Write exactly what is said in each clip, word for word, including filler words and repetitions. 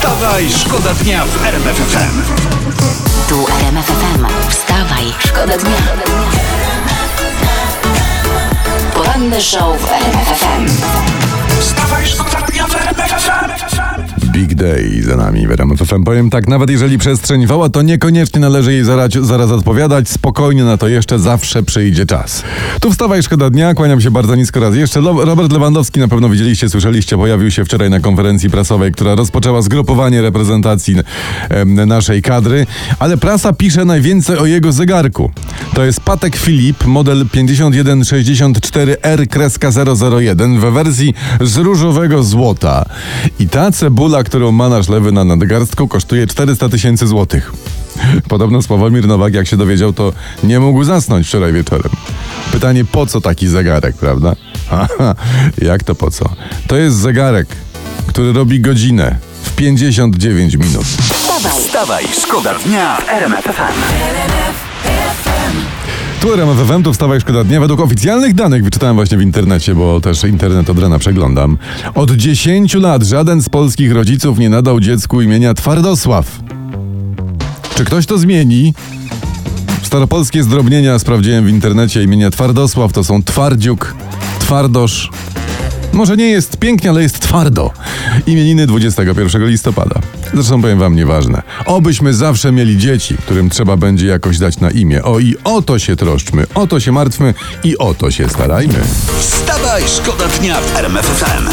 Wstawaj, szkoda dnia w R M F F M. Tu R M F F M. Wstawaj, szkoda dnia. Poranny show w R M F F M. Wstawaj, szkoda dnia w R M F F M. Big Day za nami w R M F F M. Powiem tak, nawet jeżeli przestrzeń woła, to niekoniecznie należy jej zaraz, zaraz odpowiadać. Spokojnie, na to jeszcze zawsze przyjdzie czas. Tu wstawaj, szkoda dnia. Kłaniam się bardzo nisko raz jeszcze. Robert Lewandowski, na pewno widzieliście, słyszeliście, pojawił się wczoraj na konferencji prasowej, która rozpoczęła zgrupowanie reprezentacji em, naszej kadry, ale prasa pisze najwięcej o jego zegarku. To jest Patek Philippe, model pięćdziesiąt jeden sześćdziesiąt cztery R zero zero jeden we wersji z różowego złota. I ta cebula, którą ma nasz lewy na nadgarstku, kosztuje czterysta tysięcy złotych. Podobno Sławomir Nowak, jak się dowiedział, to nie mógł zasnąć wczoraj wieczorem. Pytanie, po co taki zegarek, prawda? Aha, jak to po co? To jest zegarek, który robi godzinę w pięćdziesiąt dziewięć minut. Wstawaj, Wstawaj, szkoda dnia w R M F F M. Tu R M F F M, tu wstawaj, szkoda dnia. Według oficjalnych danych, wyczytałem właśnie w internecie, bo też internet od rana przeglądam, od dziesięciu lat żaden z polskich rodziców nie nadał dziecku imienia Twardosław. Czy ktoś to zmieni? Staropolskie zdrobnienia sprawdziłem w internecie. Imienia Twardosław to są Twardziuk, Twardosz. Może nie jest pięknie, ale jest twardo. Imieniny dwudziestego pierwszego listopada. Zresztą powiem wam, nieważne. Obyśmy zawsze mieli dzieci, którym trzeba będzie jakoś dać na imię. O i o to się troszczmy, o to się martwmy i o to się starajmy. Wstawaj, szkoda dnia w R M F F M.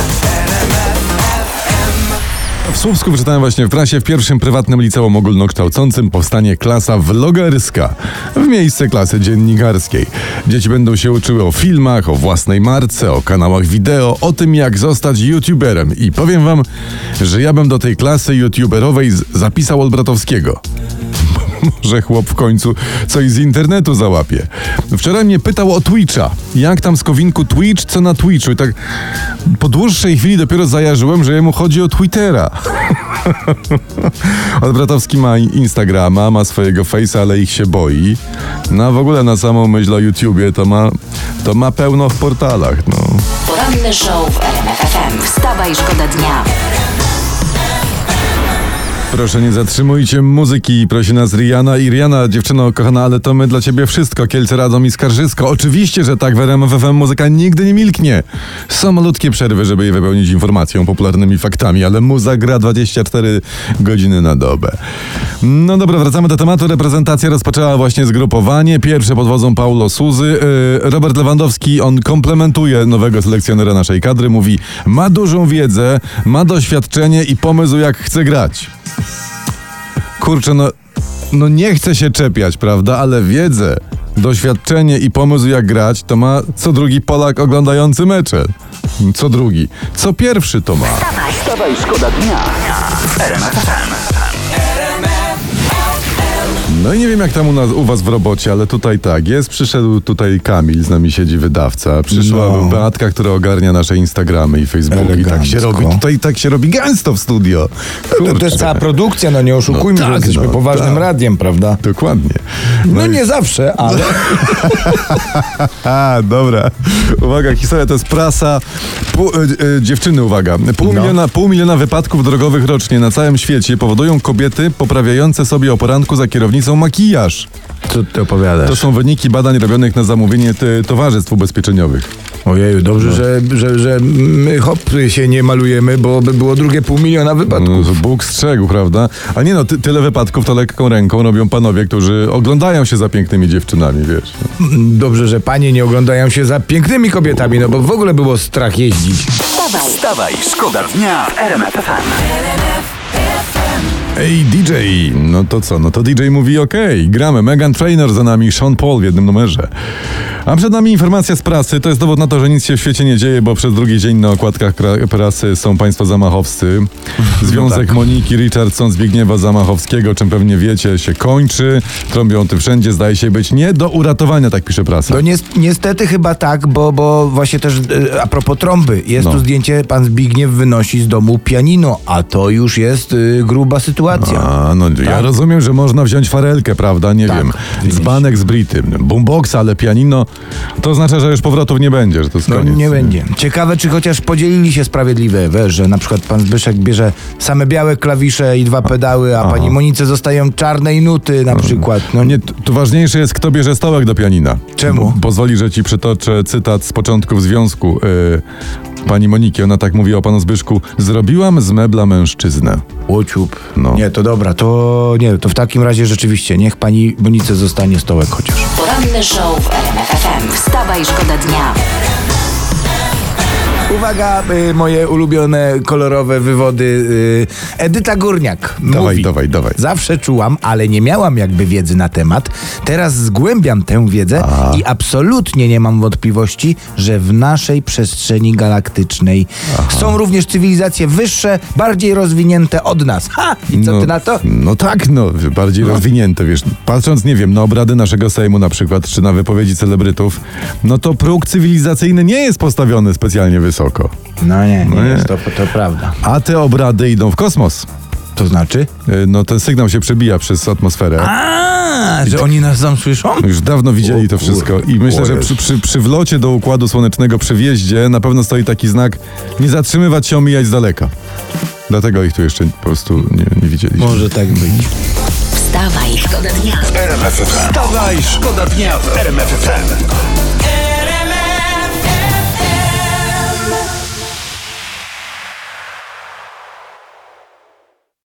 W Słupsku wyczytałem właśnie w prasie, w pierwszym prywatnym liceum ogólnokształcącym powstanie klasa vlogerska w miejsce klasy dziennikarskiej. Dzieci będą się uczyły o filmach, o własnej marce, o kanałach wideo, o tym, jak zostać youtuberem. I powiem wam, że ja bym do tej klasy youtuberowej z- zapisał Olbratowskiego. Może chłop w końcu coś z internetu załapie. Wczoraj mnie pytał o Twitcha. Jak tam z kowinku Twitch, co na Twitchu? I tak po dłuższej chwili dopiero zajarzyłem, że jemu chodzi o Twittera. Olbratowski ma Instagrama, ma swojego Face'a, ale ich się boi. No a w ogóle na samą myśl o YouTubie to ma, to ma pełno w portalach. No. poranny show w R M F F M. Wstawaj, szkoda dnia. Proszę, nie zatrzymujcie muzyki, prosi nas Rihanna. I Rihanna, dziewczyno kochana, ale to my dla ciebie wszystko. Kielce, Radom i Skarżysko. Oczywiście, że tak, w R M F F M muzyka nigdy nie milknie. Są malutkie przerwy, żeby je wypełnić informacją, popularnymi faktami, ale muza gra dwadzieścia cztery godziny na dobę. No dobra, wracamy do tematu. Reprezentacja rozpoczęła właśnie zgrupowanie. Pierwsze pod wodzą Paulo Souzy. Yy, Robert Lewandowski, on komplementuje nowego selekcjonera naszej kadry. Mówi, ma dużą wiedzę, ma doświadczenie i pomysł, jak chce grać. Kurczę, no, no nie chcę się czepiać, prawda, ale wiedzę, doświadczenie i pomysł, jak grać, to ma co drugi Polak oglądający mecze. Co drugi. Co pierwszy to ma. Wstawaj, szkoda dnia w R M F F M. No i nie wiem, jak tam u, nas, u was w robocie, ale tutaj tak, jest, przyszedł tutaj Kamil, z nami siedzi wydawca, przyszła No. Beatka, która ogarnia nasze Instagramy i Facebooki. I tak się Elegancko. robi, tutaj tak się robi gęsto w studio. To, to jest Kurczę. cała produkcja, no nie oszukujmy, No że tak, jesteśmy no, poważnym tak. radiem, prawda? Dokładnie. No i- nie zawsze, ale... A, dobra. Uwaga, historia to jest prasa. Pół, e, e, dziewczyny, uwaga. Pół, No. miliona, pół miliona wypadków drogowych rocznie na całym świecie powodują kobiety poprawiające sobie o poranku za kierownicą makijaż. Co ty opowiadasz? To są wyniki badań robionych na zamówienie t- towarzystw ubezpieczeniowych. Ojeju, dobrze, że, że, że my hop się nie malujemy, bo by było drugie pół miliona No, wypadków. to Bóg strzegł, prawda? A nie no, ty, tyle wypadków to lekką ręką robią panowie, którzy oglądają się za pięknymi dziewczynami, wiesz. Dobrze, że panie nie oglądają się za pięknymi kobietami, no bo w ogóle było strach jeździć. Wstawaj, Wstawaj, szkoda dnia w R M F F M. Ej, D J, no to co? No to D J mówi okej, gramy. Meghan Trainor za nami, Sean Paul w jednym numerze. A przed nami informacja z prasy. To jest dowód na to, że nic się w świecie nie dzieje, bo przez drugi dzień na okładkach pra- prasy są państwo zamachowscy. Związek Moniki Richardson, Zbigniewa Zamachowskiego, o czym pewnie wiecie, się kończy. Trąbią ty wszędzie, zdaje się być nie do uratowania, tak pisze prasa. No ni- niestety chyba tak, bo, bo właśnie też e, a propos trąby, jest No. tu zdjęcie, pan Zbigniew wynosi z domu pianino, a to już jest y, gruba sytuacja. sytuacja. A, no ja rozumiem, że można wziąć farelkę, prawda? Nie Tak, wiem, oczywiście. dzbanek z britym, boomboxa, ale pianino, to oznacza, że już powrotów nie będzie, że to jest No, koniec. nie będzie. Ciekawe, czy chociaż podzielili się sprawiedliwe, wiesz, że na przykład pan Zbyszek bierze same białe klawisze i dwa pedały, a Aha. pani Monice zostają czarne i nuty na przykład. No Nie, tu tu ważniejsze jest, kto bierze stołek do pianina. Czemu? Bo, pozwoli, że ci przytoczę cytat z początków związku yy, pani Moniki. Ona tak mówi o panu Zbyszku. Zrobiłam z mebla mężczyznę. Łociup. No. Nie, to dobra, to nie, to w takim razie rzeczywiście, niech pani Monice zostanie stołek chociaż. Poranny show w R M F F M. Wstawaj, szkoda dnia. Uwaga, y, moje ulubione kolorowe wywody. Y, Edyta Górniak Dawaj, mówi, dawaj, dawaj. Zawsze czułam, ale nie miałam jakby wiedzy na temat. Teraz zgłębiam tę wiedzę A. i absolutnie nie mam wątpliwości, że w naszej przestrzeni galaktycznej są również cywilizacje wyższe, bardziej rozwinięte od nas. Ha! I co no, ty na to? No tak, no, bardziej rozwinięte, wiesz. Patrząc, nie wiem, na obrady naszego Sejmu na przykład, czy na wypowiedzi celebrytów, no to próg cywilizacyjny nie jest postawiony specjalnie wysoko. No nie, nie, No nie. jest to, to prawda. A te obrady idą w kosmos. To znaczy? Yy, No ten sygnał się przebija przez atmosferę. A, że oni nas tam słyszą? Już dawno widzieli O to wszystko kurde, i myślę, o że Jezu. przy, przy, przy wlocie do Układu Słonecznego, przy wjeździe na pewno stoi taki znak nie zatrzymywać się, omijać z daleka. Dlatego ich tu jeszcze po prostu nie, nie widzieliśmy. Może tak być. Wstawaj, szkoda dnia. R M F F M. Wstawaj, szkoda dnia w R M F F M.